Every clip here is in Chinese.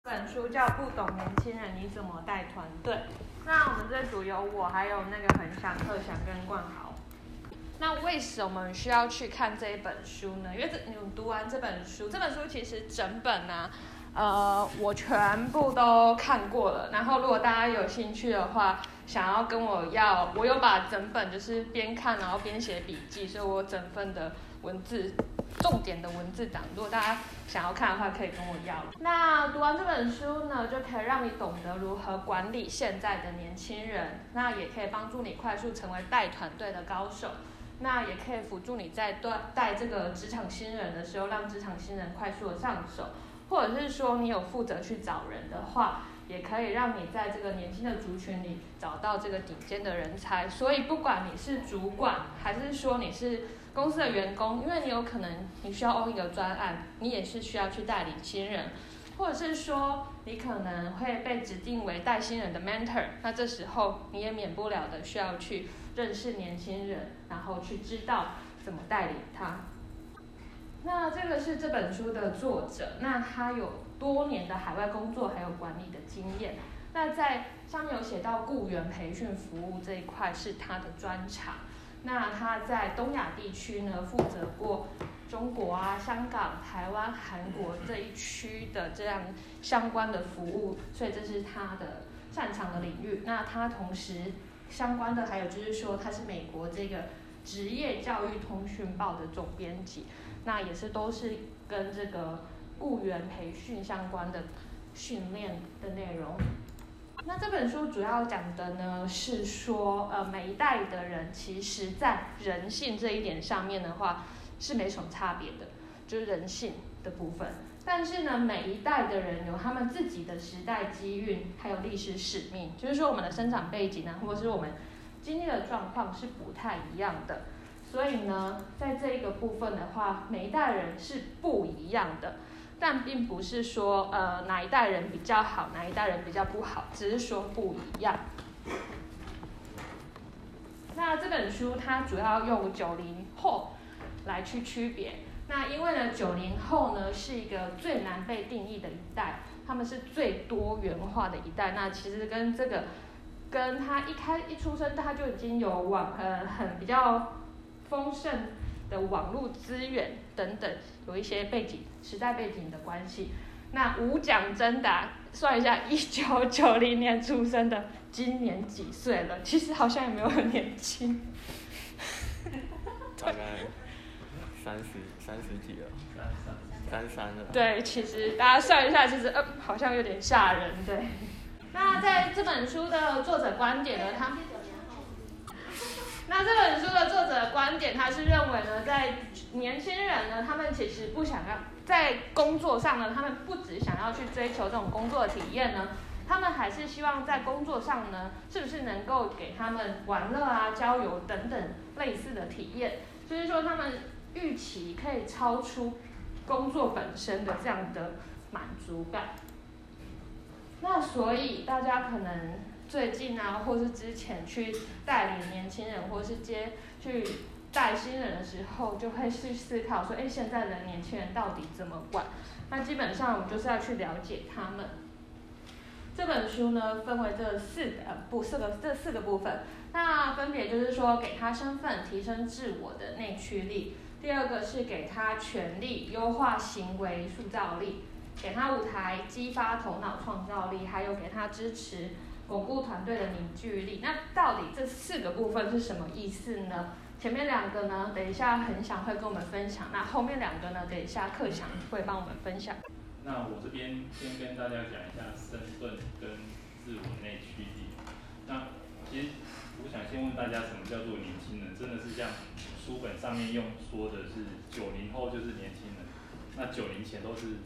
这本书叫《不懂年轻人你怎么带团队》。那我们这组有我，还有那个恒祥、克祥跟冠豪。那为什么我们需要去看这一本书呢？因为你们读完这本书其实整本我全部都看过了。然后如果大家有兴趣的话，想要跟我要，我有把整本就是边看然后边写笔记，所以我整份的文字。重点的文字档，如果大家想要看的话，可以跟我要。那读完这本书呢，就可以让你懂得如何管理现在的年轻人，那也可以帮助你快速成为带团队的高手，那也可以辅助你在带这个职场新人的时候，让职场新人快速的上手，或者是说你有负责去找人的话，也可以让你在这个年轻的族群里找到这个顶尖的人才。所以不管你是主管，还是说你是公司的员工，因为你有可能你需要 own 一个专案，你也是需要去带领新人，或者是说你可能会被指定为带新人的 mentor， 那这时候你也免不了的需要去认识年轻人，然后去知道怎么带领他。那这个是这本书的作者，那他有多年的海外工作还有管理的经验，那在上面有写到雇员培训服务这一块是他的专长。那他在东亚地区呢，负责过中国香港、台湾、韩国这一区的这样相关的服务，所以这是他的擅长的领域。那他同时相关的还有就是说，他是美国这个职业教育通讯报的总编辑，那也是都是跟这个雇员培训相关的训练的内容。那这本书主要讲的呢是说，每一代的人其实在人性这一点上面的话是没什么差别的，就是人性的部分。但是呢，每一代的人有他们自己的时代机遇，还有历史使命，就是说我们的生长背景或者是我们经历的状况是不太一样的。所以呢，在这一个部分的话，每一代人是不一样的。但并不是说哪一代人比较好，哪一代人比较不好，只是说不一样。那这本书它主要用90后来去区别。那因为呢，90后呢是一个最难被定义的一代，他们是最多元化的一代。那其实跟他一出生他就已经有很比较丰盛的网络资源等等，有一些时代背景的关系。那吴蒋真达算一下，1990年出生的，今年几岁了？其实好像也没有很年轻， 大概30几了，33了。 对，其实大家算一下，其实好像有点吓人，对。那在这本书的作者观点呢，那这本书的作者的观点，他是认为呢，在年轻人呢，他们其实不想要在工作上呢，他们不只想要去追求这种工作的体验呢，他们还是希望在工作上呢，是不是能够给他们玩乐交友等等类似的体验，就是说他们预期可以超出工作本身的这样的满足感。那所以大家可能最近或是之前去带领年轻人，或是去带新人的时候，就会去思考说，现在的年轻人到底怎么管？那基本上我们就是要去了解他们。这本书呢，分为这四个部分。那分别就是说，给他身份，提升自我的内驱力；第二个是给他权力，优化行为塑造力；给他舞台，激发头脑创造力；还有给他支持，巩固团队的凝聚力。那到底这4个部分是什么意思呢？前面2个呢，等一下恒祥会跟我们分享，那后面2个呢，等一下克祥会帮我们分享。 那我这边先跟大家讲一下身份跟自我内驱力。那其实我想先问大家，什么叫做年轻人？真的是像书本上面说的是90后就是年轻人，那90前都是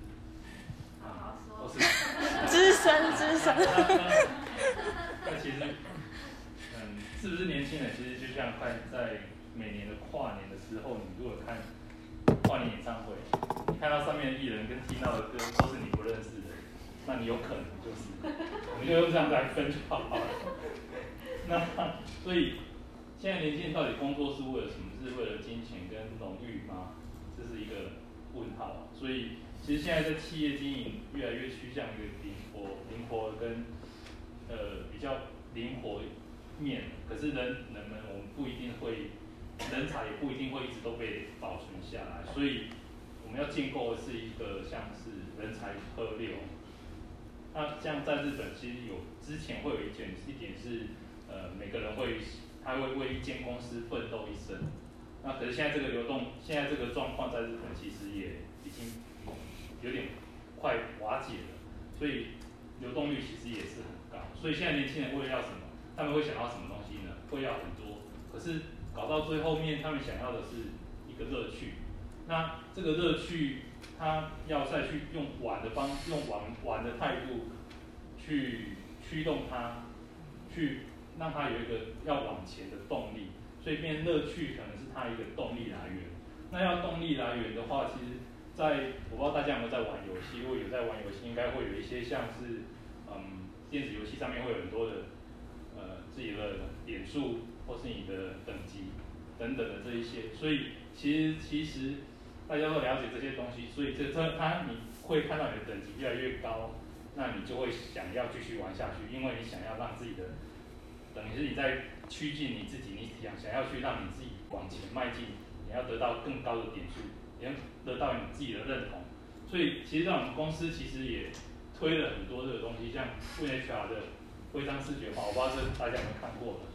资深。 那其实，是不是年轻人？其实就像在每年的跨年的时候，你如果看跨年演唱会，你看到上面的艺人跟听到的歌都是你不认识的，那你有可能就是，我们就用这样来分就好了。那所以现在年轻人到底工作是为了什么？是为了金钱跟荣誉吗？这是一个问号。所以其实现在在企业经营越来越趋向一个平跟比较灵活面，可是人们我们不一定会，人才也不一定会一直都被保存下来，所以我们要建构的是一个像是人才河流。那像在日本，其实之前会有一点是，每个人他会为一间公司奋斗一生。那可是现在这个状况在日本其实也已经有点快瓦解了，所以流动率其实也是很高。所以现在年轻人为了要什么，他们会想要什么东西呢？会要很多，可是搞到最后面，他们想要的是一个乐趣。那这个乐趣，他要再去用玩的态度去驱动他，去让他有一个要往前的动力，所以变乐趣可能是他一个动力来源。那要动力来源的话，其实我不知道大家有没有在玩游戏，如果有在玩游戏，应该会有一些像是电子游戏上面会有很多的自己的点数或是你的等级等等的这一些，所以其实大家都了解这些东西，所以你会看到你的等级越来越高，那你就会想要继续玩下去，因为你想要让自己的，等于是你在趋近你自己，你想要去让你自己往前迈进，你要得到更高的点数，你要得到你自己的认同。所以其实在我们公司其实也推了很多这个东西，像 WinHR 的徽章视觉化，我不知道大家有没有看过的。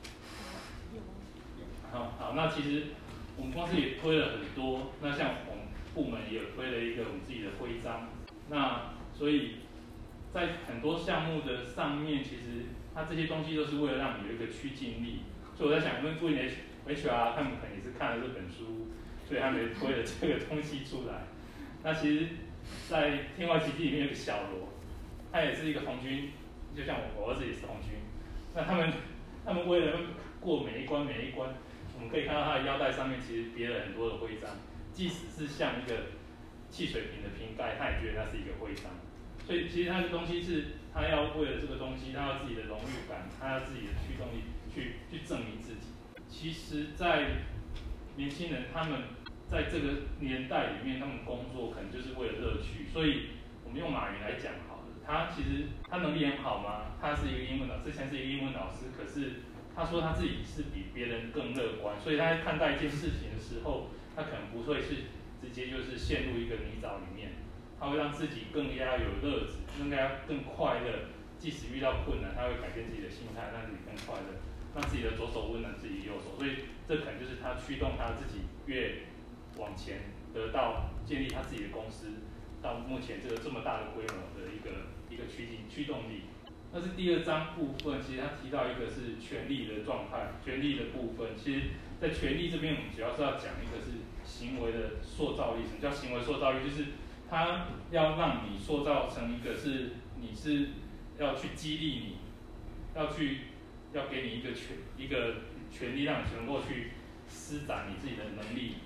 好，那其实我们公司也推了很多，那像我们部门也有推了一个我们自己的徽章，那所以在很多项目的上面，其实它这些东西都是为了让你有一个趋近力。所以我在想，因为 WinHR 他们可能也是看了这本书，所以他们也推了这个东西出来。那其实，在《天外奇迹》里面有个小罗，他也是一个红军，就像我儿子也是红军。那他们为了过每一关，我们可以看到他的腰带上面其实别了很多的徽章，即使是像一个汽水瓶的瓶盖，他也觉得那是一个徽章。所以其实他的东西是，他要为了这个东西，他要自己的荣誉感，他要自己的驱动力去证明自己。其实，在年轻人他们在这个年代里面，他们工作可能就是为了乐趣。所以我们用马云来讲好了，他其实他能力很好吗？他是一个英文老师，之前是一个英文老师，可是他说他自己是比别人更乐观，所以他在看待一件事情的时候，他可能不会是直接就是陷入一个泥沼里面，他会让自己更加有乐子，更快乐。即使遇到困难，他会改变自己的心态，让自己更快乐，让自己的左手温暖自己右手。所以这可能就是他驱动他自己越往前得到建立他自己的公司，到目前这么大的规模的一个驱动力。那是第二章部分，其实他提到一个是权力的状态，权力的部分。其实，在权力这边，我们主要是要讲一个是行为的塑造力。什么叫行为塑造力？就是他要让你塑造成一个你是要去激励你，要给你一个权利，让你能够去施展你自己的能力，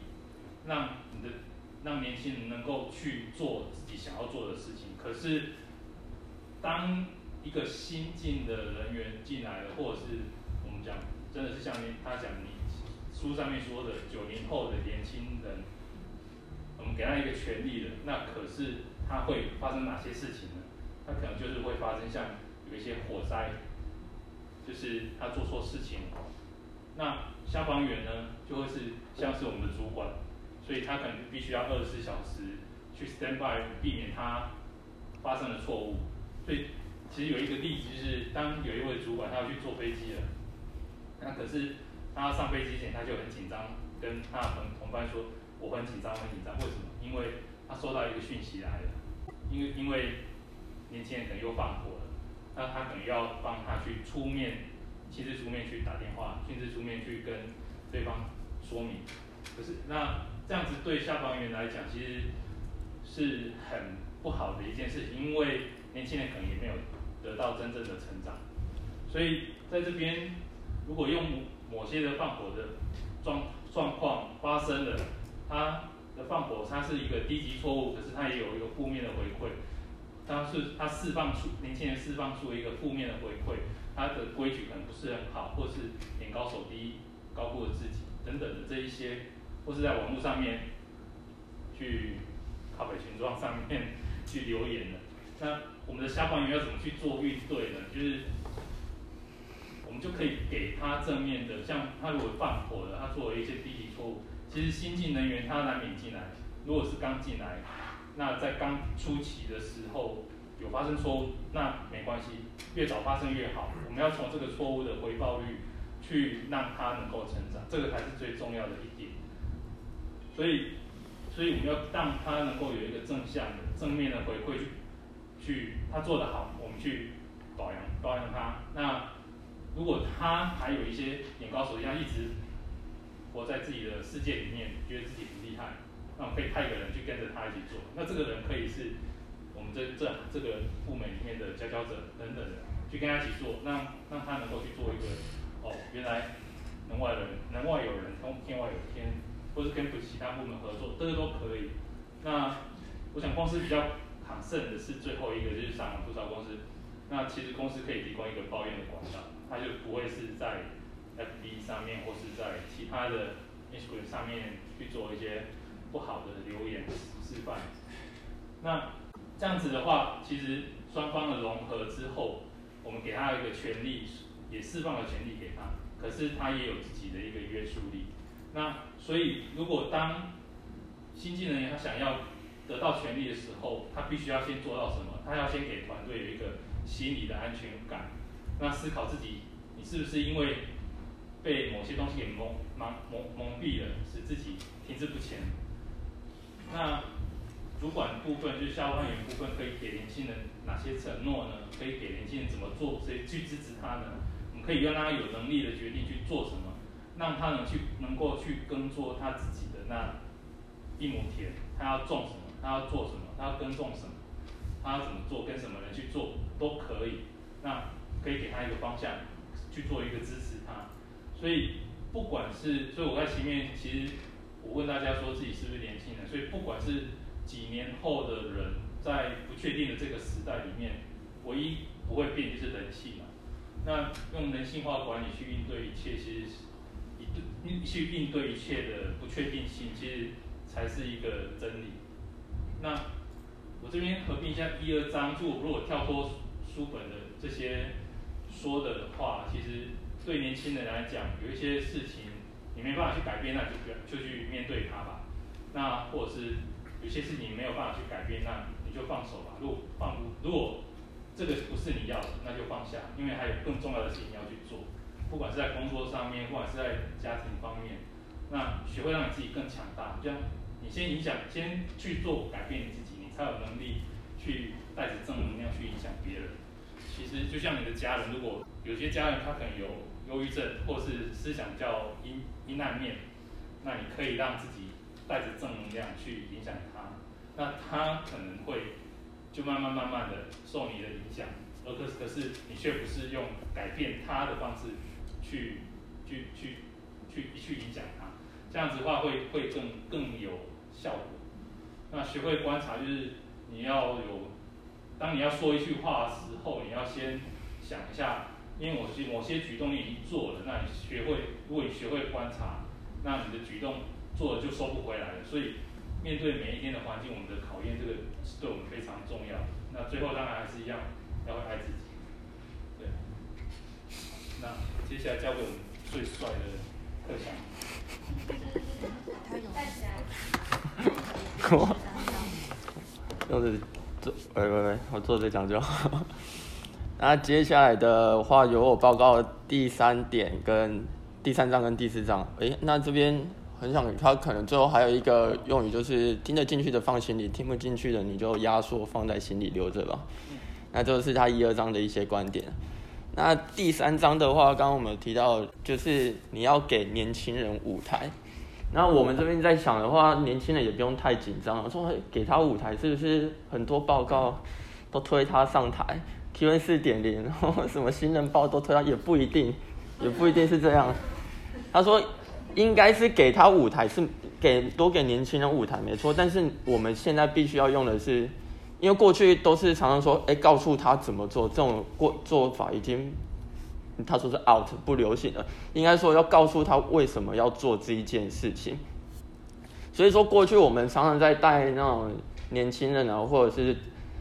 让年轻人能够去做自己想要做的事情。可是，当一个新进的人员进来了，或者是我们讲，真的是像他讲你书上面说的90后的年轻人，我们给他一个权利了，那可是他会发生哪些事情呢？他可能就是会发生像有一些火灾，就是他做错事情。那消防员呢，就会是像是我们的主管，所以他可能必须要24小时去 stand by， 避免他发生的错误。所以其实有一个例子，就是当有一位主管他要去坐飞机了，那可是他上飞机前他就很紧张，跟他的同伴说：“我很紧张，我很紧张。”为什么？因为他收到一个讯息来了，因为年轻人可能又放火了，那他可能要帮他去亲自出面去打电话，亲自出面去跟对方说明。可是那这样子对消防员来讲，其实是很不好的一件事情，因为年轻人可能也没有得到真正的成长。所以在这边，如果用某些的放火的状况发生了，他的放火它是一个低级错误，可是它也有一个负面的回馈。年轻人释放出一个负面的回馈，他的规矩可能不是很好，或是眼高手低、高估了自己等等的这一些，或是在网络上面去靠北群众上面去留言的。那我们的消防员要怎么去做应对呢？就是我们就可以给他正面的，像他如果放火了，他做了一些低级错误，其实新进人员他难免进来，如果是刚进来，那在刚初期的时候有发生错误，那没关系，越早发生越好。我们要从这个错误的回报率去让他能够成长，这个才是最重要的一点。所以我们要让他能够有一个正向的、正面的回馈去他做得好，我们去表扬他。那如果他还有一些眼高手低，他一直活在自己的世界里面，觉得自己不厉害，那我们可以派一个人去跟着他一起做。那这个人可以是我们这个部门里面的佼佼者等等的，去跟他一起做，让他能够去做一个原来人外有人，天外有天，或是跟其他部门合作，这个都可以。那我想公司比较concern的是最后一个，就是上网吐槽公司。那其实公司可以提供一个抱怨的管道，它就不会是在 FB 上面或是在其他的 Instagram 上面去做一些不好的留言示范。那这样子的话，其实双方的融合之后，我们给他一个权利，也释放了权利给他，可是他也有自己的一个约束力。那所以如果当新进人员他想要得到权利的时候，他必须要先做到什么？他要先给团队有一个心理的安全感，那思考自己，你是不是因为被某些东西给蒙蔽了，使自己停滞不前？那主管部分就是消防员部分，可以给年轻人哪些承诺呢？可以给年轻人怎么做？谁去支持他呢？我们可以让他有能力的决定去做什么，让他能够去耕作他自己的那一亩田，他要种什么，他要做什么，他要耕种什么，他要怎么做，跟什么人去做都可以。那可以给他一个方向，去做一个支持他。所以不管是，所以我在前面其实我问大家说自己是不是年轻人，所以不管是几年后的人，在不确定的这个时代里面，唯一不会变就是人性嘛。那用人性化管理去应对一切，其实去应对一切的不确定性，其实才是一个真理。那我这边合并一下1、2章，就如果跳脱书本的这些说的话，其实对年轻人来讲，有一些事情你没办法去改变，那就去面对它吧。那或者是有些事情你没有办法去改变，那你就放手吧。如果这个不是你要的，那就放下，因为还有更重要的事情要去做。不管是在工作上面，不管是在家庭方面，那学会让你自己更强大。这样，你先去做改变你自己，你才有能力去带着正能量去影响别人。其实就像你的家人，如果有些家人他可能有忧郁症，或是思想比较阴暗面，那你可以让自己带着正能量去影响他，那他可能会就慢慢的受你的影响，可是你却不是用改变他的方式去影响他，这样子的话会更有效果。那学会观察，就是当你要说一句话的时候，你要先想一下，因为某些举动你已经做了，那如果你学会观察，那你的举动做了就收不回来了。所以面对每一天的环境，我们的考验，这个是对我们非常重要的。那最后当然还是一样，要会爱自己。对。那接下来交给我们最帅的克翔。 用着我坐着讲就好。那接下来的话，由我报告第3点跟第3章跟第4章。那这边很想，他可能最后还有一个用语，就是听得进去的放心里，听不进去的你就压缩放在心里留着吧。那这是他1、2章的一些观点。那第3章的话，刚刚我们有提到，就是你要给年轻人舞台。那我们这边在想的话，年轻人也不用太紧张了，说给他舞台是不是很多报告都推他上台 ，Q&A 4.0， 然后什么新人报都推他，也不一定是这样。他说应该是给他舞台，是多给年轻人舞台没错，但是我们现在必须要用的是，因为过去都是常常说，告诉他怎么做，这种做法已经。他说是 out 不流行了，应该说要告诉他为什么要做这一件事情。所以说过去我们常常在带那种年轻人啊，或者是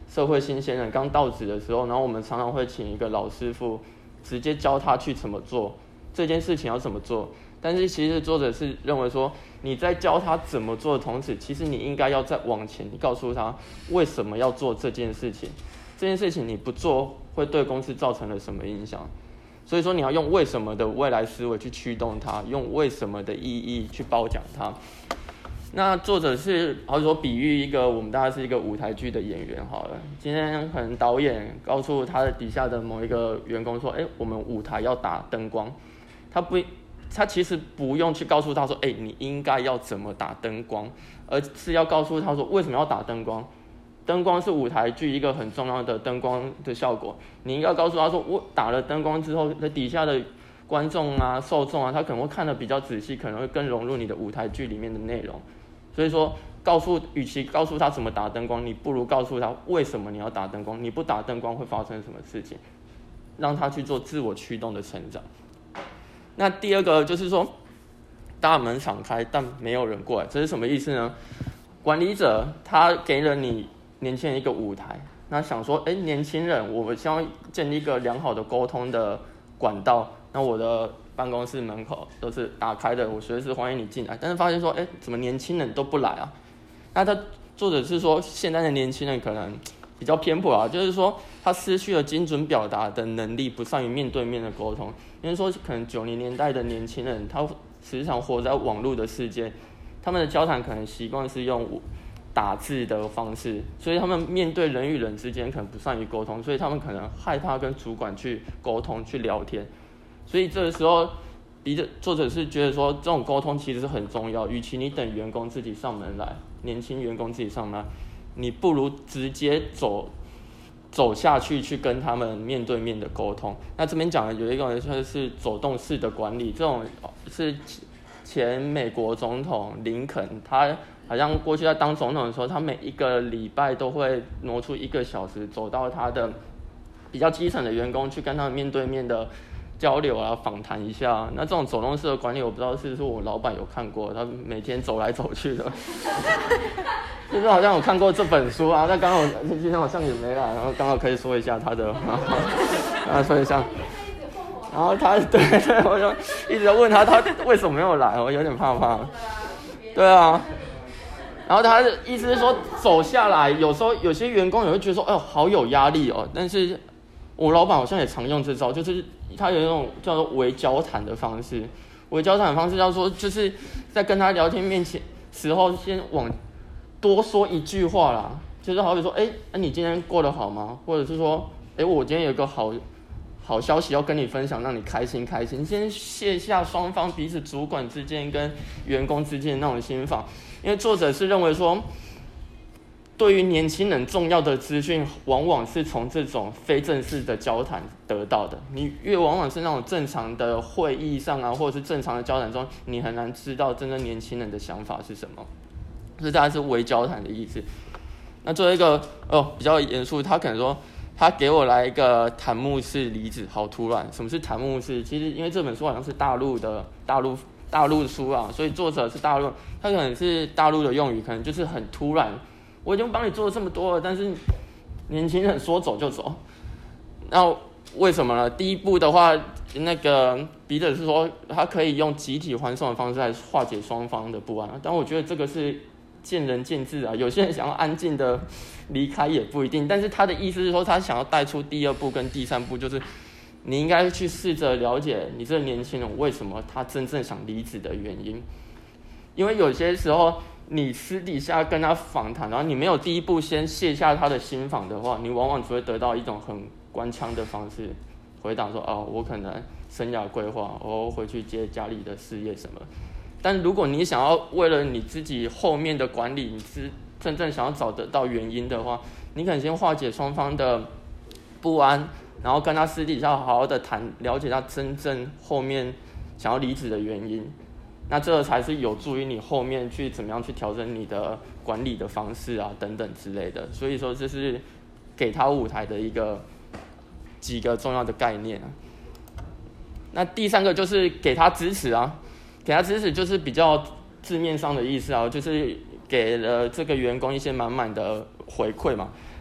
社会新鲜人刚到职的时候，然后我们常常会请一个老师傅直接教他去怎么做这件事情要怎么做。但是其实作者是认为说，你在教他怎么做的同时，其实你应该要再往前，你告诉他为什么要做这件事情，这件事情你不做会对公司造成了什么影响。所以说你要用为什么的未来思维去驱动他，用为什么的意义去褒奖他。那作者是好比说比喻一个我们大概是一个舞台剧的演员好了，今天可能导演告诉他的底下的某一个员工说，我们舞台要打灯光，他其实不用去告诉他说，你应该要怎么打灯光，而是要告诉他说为什么要打灯光。灯光是舞台剧一个很重要的灯光的效果，你应该告诉他说，我打了灯光之后，底下的观众啊、受众啊，他可能会看得比较仔细，可能会更融入你的舞台剧里面的内容。所以说，与其告诉他怎么打灯光，你不如告诉他为什么你要打灯光，你不打灯光会发生什么事情，让他去做自我驱动的成长。那第二个就是说，大门敞开，但没有人过来，这是什么意思呢？管理者他给了你年轻人一个舞台，那想说，年轻人，我们希望建立一个良好的沟通的管道，那我的办公室门口都是打开的，我随时欢迎你进来。但是发现说，怎么年轻人都不来啊？那他作者是说，现在的年轻人可能比较偏颇啊，就是说他失去了精准表达的能力，不善于面对面的沟通。因为说可能90年代的年轻人，他时常活在网络的世界，他们的交谈可能习惯是用打字的方式，所以他们面对人与人之间可能不善于沟通，所以他们可能害怕跟主管去沟通、去聊天。所以这个时候，作者是觉得说，这种沟通其实是很重要。与其你等员工自己上门来，年轻员工自己上门来，你不如直接走下去，去跟他们面对面的沟通。那这边讲的有一个就是走动式的管理，这种是前美国总统林肯，他好像过去在当总统的时候，他每一个礼拜都会挪出1个小时，走到他的比较基层的员工，去跟他们面对面的交流啊，访谈一下。那这种走动式的管理，我不知道是不是我老板有看过，他每天走来走去的，就是好像有看过这本书啊。那刚好今天好像也没来，然后刚好可以说一下他的，说一下。然后他对，我就一直在问他为什么没有来，我有点怕。对啊。然后他的意思是说，走下来，有时候有些员工也会觉得说，好有压力哦。但是我老板好像也常用这招，就是他有一种叫做微交谈的方式。微交谈的方式叫做，就是在跟他聊天面前时候，先多说一句话啦，就是好比说，你今天过得好吗？或者是说，我今天有个好消息要跟你分享，让你开心。先卸下双方彼此主管之间跟员工之间的那种心防。因为作者是认为说，对于年轻人重要的资讯，往往是从这种非正式的交谈得到的。你往往是那种正常的会议上啊，或者是正常的交谈中，你很难知道真正年轻人的想法是什么。这大概是微交谈的意思。那作为一个比较严肃，他可能说，他给我来一个檀木式离子，好突然。什么是檀木式？其实因为这本书好像是大陆的书啊，所以作者是大陆，他可能是大陆的用语，可能就是很突然。我已经帮你做了这么多了，但是年轻人说走就走。那为什么呢？第一步的话，那个笔者是说，他可以用集体欢送的方式来化解双方的不安。但我觉得这个是见仁见智啊，有些人想要安静的离开也不一定。但是他的意思是说，他想要带出第2步跟第3步，就是你应该去试着了解你这个年轻人为什么他真正想离职的原因。因为有些时候你私底下跟他访谈，然后你没有第一步先卸下他的心防的话，你往往只会得到一种很官腔的方式回答说，我可能生涯规划，我回去接家里的事业什么。但如果你想要为了你自己后面的管理，你是真正想要找得到原因的话，你可能先化解双方的不安，然后跟他私底下好好的谈，了解他真正后面想要离职的原因。那这才是有助于你后面去怎么样去调整你的管理的方式啊，等等之类的。所以说，这是给他舞台的几个重要的概念啊。那第3个就是给他支持啊，给他支持就是比较字面上的意思啊，就是给了这个员工一些满满的回馈嘛。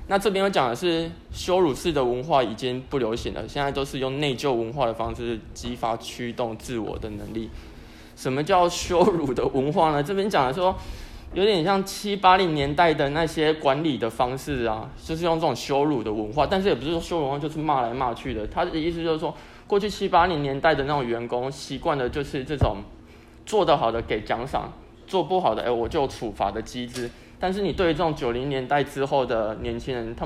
那这边有讲的是羞辱式的文化已经不流行了，现在都是用内疚文化的方式激发驱动自我的能力。什么叫羞辱的文化呢？这边讲的说有点像70、80年代的那些管理的方式啊，就是用这种羞辱的文化，但是也不是说羞辱文化就是骂来骂去的。他的意思就是说，过去70、80年代的那种员工习惯的就是这种做得好的给奖赏，做不好的我就有处罚的机制。但是你对于这种90年代之后的年轻人，他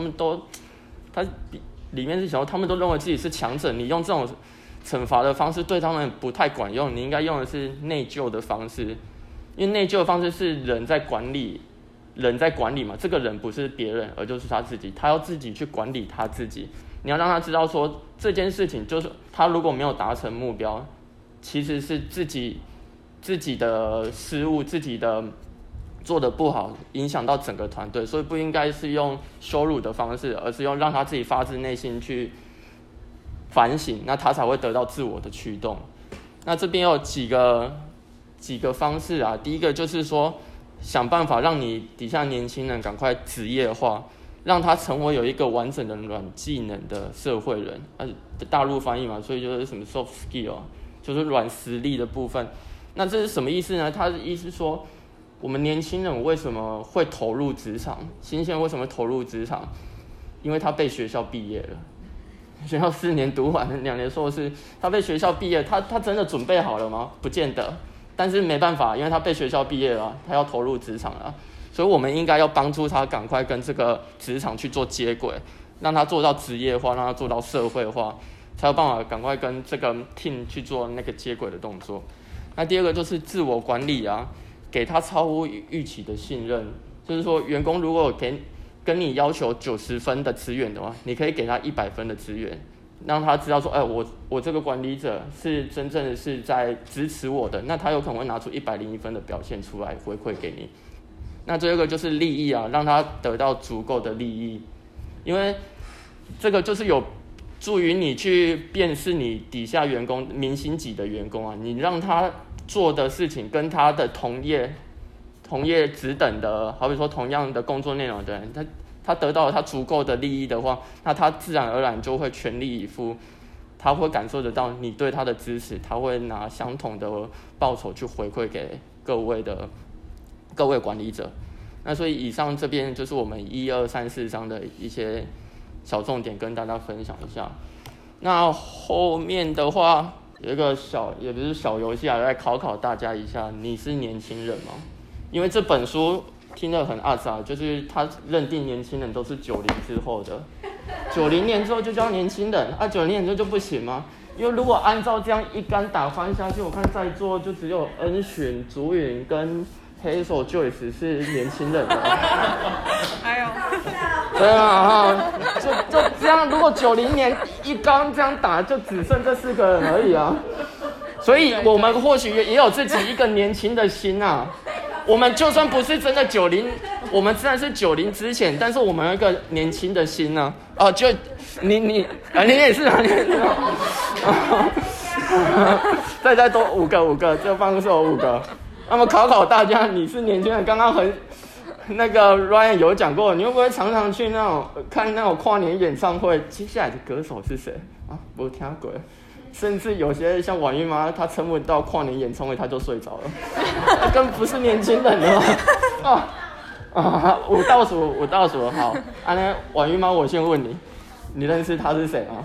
里面是想，他们都认为自己是强者，你用这种惩罚的方式对他们不太管用，你应该用的是内疚的方式，因为内疚的方式是人在管理嘛，这个人不是别人，而就是他自己，他要自己去管理他自己。你要让他知道说这件事情就是他如果没有达成目标，其实是自己的失误，自己的做得不好，影响到整个团队，所以不应该是用羞辱的方式，而是用让他自己发自内心去反省，那他才会得到自我的驱动。那这边有几个方式啊，第一个就是说想办法让你底下年轻人赶快职业化，让他成为有一个完整的软技能的社会人，大陆翻译嘛，所以就是什么 soft skill， 就是软实力的部分。那这是什么意思呢？他的意思是说，我们年轻人为什么会投入职场？新鲜为什么投入职场？因为他被学校毕业了，学校4年读完2年硕士，他被学校毕业，他真的准备好了吗？不见得。但是没办法，因为他被学校毕业了，他要投入职场了，所以我们应该要帮助他赶快跟这个职场去做接轨，让他做到职业化，让他做到社会化，才有办法赶快跟这个 team 去做那个接轨的动作。那第二个就是自我管理啊，给他超乎预期的信任，就是说员工如果跟你要求90分的资源的话，你可以给他100分的资源，让他知道说，我这个管理者是真正的是在支持我的，那他有可能会拿出101分的表现出来回馈给你。那最后一个就是利益啊，让他得到足够的利益，因为这个就是有助于你去辨识你底下员工明星级的员工啊，你让他做的事情跟他的同业职等的，好比说同样的工作内容的人，他得到了他足够的利益的话，那他自然而然就会全力以赴，他会感受得到你对他的支持，他会拿相同的报酬去回馈给各位管理者。那所以以上这边就是我们1、2、3、4章的一些小重点跟大家分享一下。那后面的话有一个也不是小游戏啊，来考大家一下，你是年轻人吗？因为这本书听得很阿杂，就是他认定年轻人都是90之后的，90年之后就叫年轻人啊，90年之后就不行吗？因为如果按照这样一竿打翻下去，我看在座就只有恩巡、竹允跟黑手 Joyce 是年轻人了。 哎呦， 对啊，就这样，如果90年一竿这样打，就只剩这4个人而已啊。所以我们或许也有自己一个年轻的心啊。我们就算不是真的90，我们虽然是90之前，但是我们有一个年轻的心呢。就你也是啊，你也是啊。再多5个，这办公室有5个。那么考大家，你是年轻人，刚刚那个 Ryan 有讲过，你会不会常常去看那种跨年演唱会？接下来的歌手是谁啊？没听过。甚至有些像婉玉妈，她撑不到跨年演唱会，她就睡着了，更不是年轻人了。我倒数，好，婉玉妈，我先问你，你认识她是谁吗？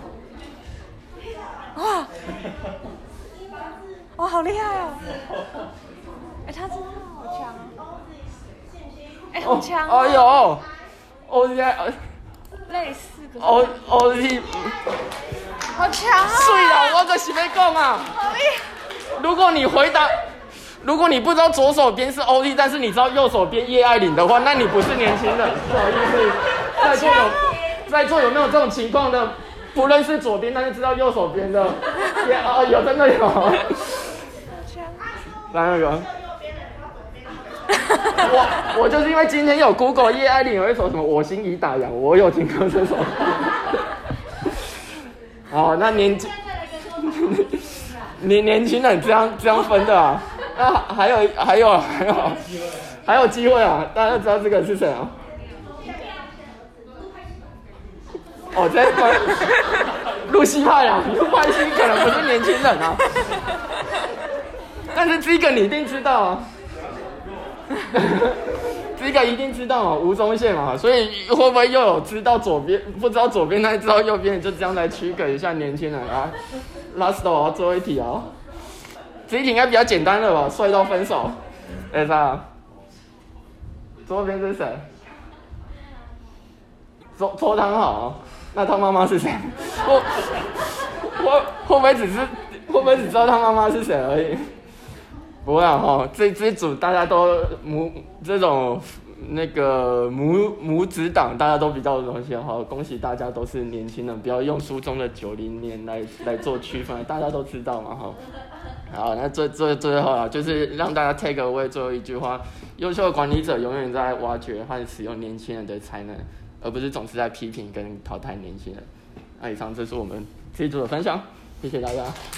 哇，好厉害哦！他真的好强哦！好强哦！ 哎呦，OZ， 类似的。 OZ， 好强啊！ 水啦，我就是要讲啊。 好厉害！ 如果你不知道左手边是 OZ， 但是你知道右手边叶爱玲的话，那你不是年轻人，不好意思。在座有没有这种情况的？不认识左边，但是知道右手边的？有，真的有。来那个。我就是因为今天有 Google 叶爱玲有一首什么我心已打烊，我有听过这首。那年轻人这样分的啊？那还有机会啊？大家知道这个是谁啊？ 哦，这露西派啊，露派西可能不是年轻人啊，但是这个你一定知道啊，这个一定知道嘛，吴宗宪嘛，所以会不会又有知道左边，不知道左边，但知道右边，就这样来区隔一下年轻人啊。Last 哦，最后一题哦，这一题应该比较简单了吧？帅到分手，哎啥？左边是谁？周汤豪，那他妈妈是谁？会不会只知道他妈妈是谁而已？不会啊哈，这组大家都这种那个母子党，大家都比较荣幸哈，恭喜大家都是年轻人，不要用书中的90年来做区分，大家都知道嘛哈。好，那最后啊，就是让大家 take away 最后一句话：优秀的管理者永远在挖掘和使用年轻人的才能，而不是总是在批评跟淘汰年轻人。那以上这是我们这一组的分享，谢谢大家。